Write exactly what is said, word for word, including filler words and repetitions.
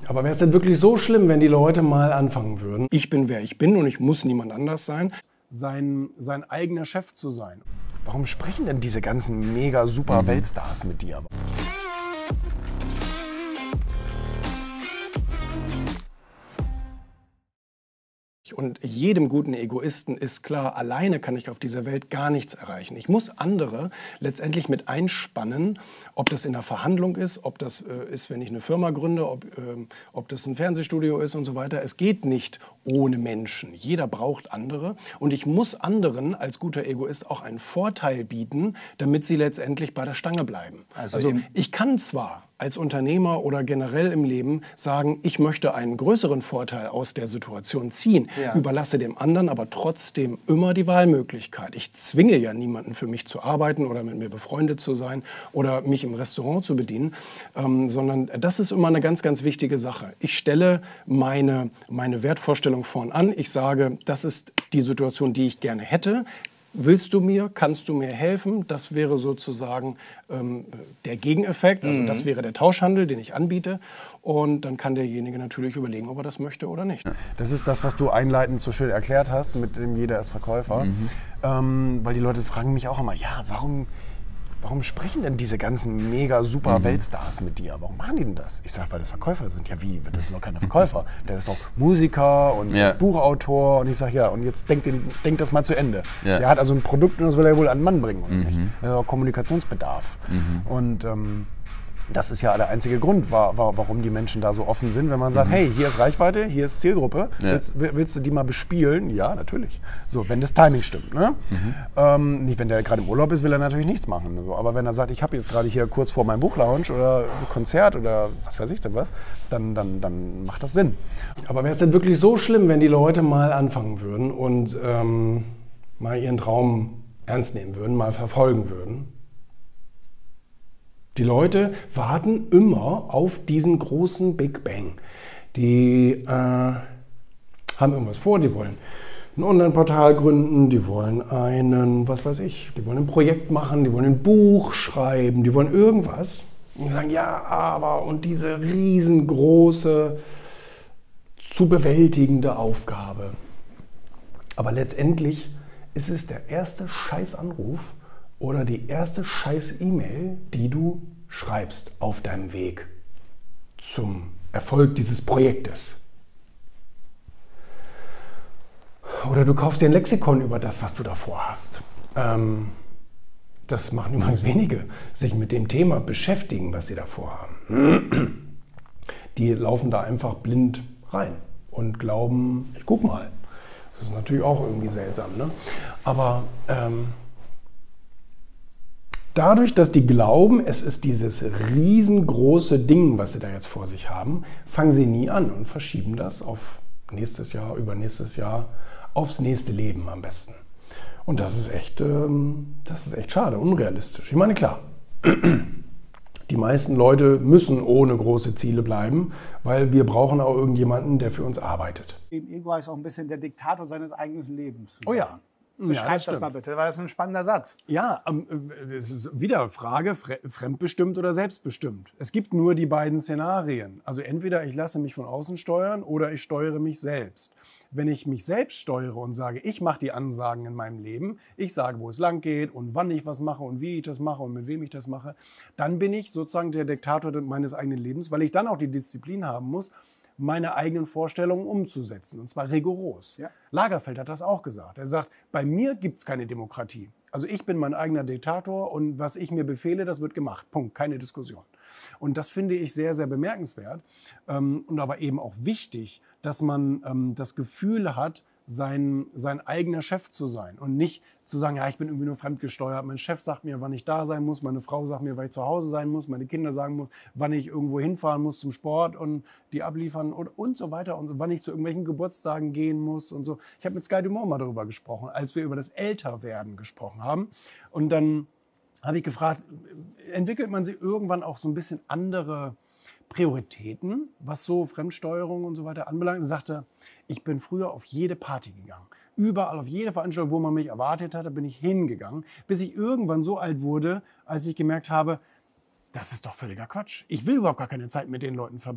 Aber wäre es denn wirklich so schlimm, wenn die Leute mal anfangen würden, ich bin wer ich bin und ich muss niemand anders sein, sein, sein eigener Chef zu sein? Warum sprechen denn diese ganzen mega super Weltstars mit dir? Und jedem guten Egoisten ist klar, alleine kann ich auf dieser Welt gar nichts erreichen. Ich muss andere letztendlich mit einspannen, ob das in einer Verhandlung ist, ob das äh, ist, wenn ich eine Firma gründe, ob, äh, ob das ein Fernsehstudio ist und so weiter. Es geht nicht ohne Menschen. Jeder braucht andere. Und ich muss anderen als guter Egoist auch einen Vorteil bieten, damit sie letztendlich bei der Stange bleiben. Also, also ich kann zwar als Unternehmer oder generell im Leben sagen, ich möchte einen größeren Vorteil aus der Situation ziehen, ja. Überlasse dem anderen aber trotzdem immer die Wahlmöglichkeit. Ich zwinge ja niemanden, für mich zu arbeiten oder mit mir befreundet zu sein oder mich im Restaurant zu bedienen, ähm, sondern das ist immer eine ganz, ganz wichtige Sache. Ich stelle meine, meine Wertvorstellung vorn an. Ich sage, das ist die Situation, die ich gerne hätte. Willst du mir, kannst du mir helfen? Das wäre sozusagen ähm, der Gegeneffekt, also mhm. das wäre der Tauschhandel, den ich anbiete. Und dann kann derjenige natürlich überlegen, ob er das möchte oder nicht. Das ist das, was du einleitend so schön erklärt hast, mit dem jeder ist Verkäufer. Mhm. Ähm, weil die Leute fragen mich auch immer, ja, warum... Warum sprechen denn diese ganzen mega super mhm. Weltstars mit dir? Warum machen die denn das? Ich sage, weil das Verkäufer sind. Ja wie, das sind doch keine Verkäufer. Der ist doch Musiker und ja. Buchautor. Und ich sage, ja, und jetzt denkt denk das mal zu Ende. Ja. Der hat also ein Produkt und das will er wohl an den Mann bringen, oder mhm. nicht? Also Kommunikationsbedarf. Mhm. Und ähm, das ist ja der einzige Grund, war, war, warum die Menschen da so offen sind, wenn man sagt, mhm. hey, hier ist Reichweite, hier ist Zielgruppe, ja. willst, willst du die mal bespielen? Ja, natürlich. So, wenn das Timing stimmt. Ne? Mhm. Ähm, nicht, wenn der gerade im Urlaub ist, will er natürlich nichts machen. So. Aber wenn er sagt, ich habe jetzt gerade hier kurz vor meinem Buchlaunch oder Konzert oder was weiß ich denn was, dann, dann, dann macht das Sinn. Aber wäre es denn wirklich so schlimm, wenn die Leute mal anfangen würden und ähm, mal ihren Traum ernst nehmen würden, mal verfolgen würden? Die Leute warten immer auf diesen großen Big Bang. Die äh, haben irgendwas vor, die wollen ein Online-Portal gründen, die wollen einen, was weiß ich, die wollen ein Projekt machen, die wollen ein Buch schreiben, die wollen irgendwas. Und die sagen, ja, aber und diese riesengroße, zu bewältigende Aufgabe. Aber letztendlich ist es der erste Scheißanruf oder die erste Scheiß-E-Mail, die du schreibst auf deinem Weg zum Erfolg dieses Projektes. Oder du kaufst dir ein Lexikon über das, was du davor hast. Ähm, das machen übrigens wenige, sich mit dem Thema beschäftigen, was sie davor haben. Die laufen da einfach blind rein und glauben, ich guck mal. Das ist natürlich auch irgendwie seltsam, ne? Aber ähm, dadurch, dass die glauben, es ist dieses riesengroße Ding, was sie da jetzt vor sich haben, fangen sie nie an und verschieben das auf nächstes Jahr, übernächstes Jahr, aufs nächste Leben am besten. Und das ist echt, ähm, das ist echt schade, unrealistisch. Ich meine, klar, die meisten Leute müssen ohne große Ziele bleiben, weil wir brauchen auch irgendjemanden, der für uns arbeitet. Dem Ego ist auch ein bisschen der Diktator seines eigenen Lebens zu sein. Oh ja. Beschreib ja, das, das mal bitte, weil das ist ein spannender Satz. Ja, es ist wieder Frage, fremdbestimmt oder selbstbestimmt. Es gibt nur die beiden Szenarien. Also entweder ich lasse mich von außen steuern oder ich steuere mich selbst. Wenn ich mich selbst steuere und sage, ich mache die Ansagen in meinem Leben, ich sage, wo es lang geht und wann ich was mache und wie ich das mache und mit wem ich das mache, dann bin ich sozusagen der Diktator meines eigenen Lebens, weil ich dann auch die Disziplin haben muss, meine eigenen Vorstellungen umzusetzen, und zwar rigoros. Ja. Lagerfeld hat das auch gesagt. Er sagt, bei mir gibt es keine Demokratie. Also ich bin mein eigener Diktator und was ich mir befehle, das wird gemacht. Punkt, keine Diskussion. Und das finde ich sehr, sehr bemerkenswert ähm, und aber eben auch wichtig, dass man ähm, das Gefühl hat, sein, sein eigener Chef zu sein und nicht zu sagen, ja, ich bin irgendwie nur fremdgesteuert. Mein Chef sagt mir, wann ich da sein muss, meine Frau sagt mir, wann ich zu Hause sein muss, meine Kinder sagen muss, wann ich irgendwo hinfahren muss zum Sport und die abliefern und, und so weiter und wann ich zu irgendwelchen Geburtstagen gehen muss und so. Ich habe mit Sky Dumont mal darüber gesprochen, als wir über das Älterwerden gesprochen haben. Und dann habe ich gefragt, entwickelt man sich irgendwann auch so ein bisschen andere Prioritäten, was so Fremdsteuerung und so weiter anbelangt? Und sagte, ich bin früher auf jede Party gegangen. Überall, auf jede Veranstaltung, wo man mich erwartet hatte, bin ich hingegangen, bis ich irgendwann so alt wurde, als ich gemerkt habe, das ist doch völliger Quatsch. Ich will überhaupt gar keine Zeit mit den Leuten verbringen.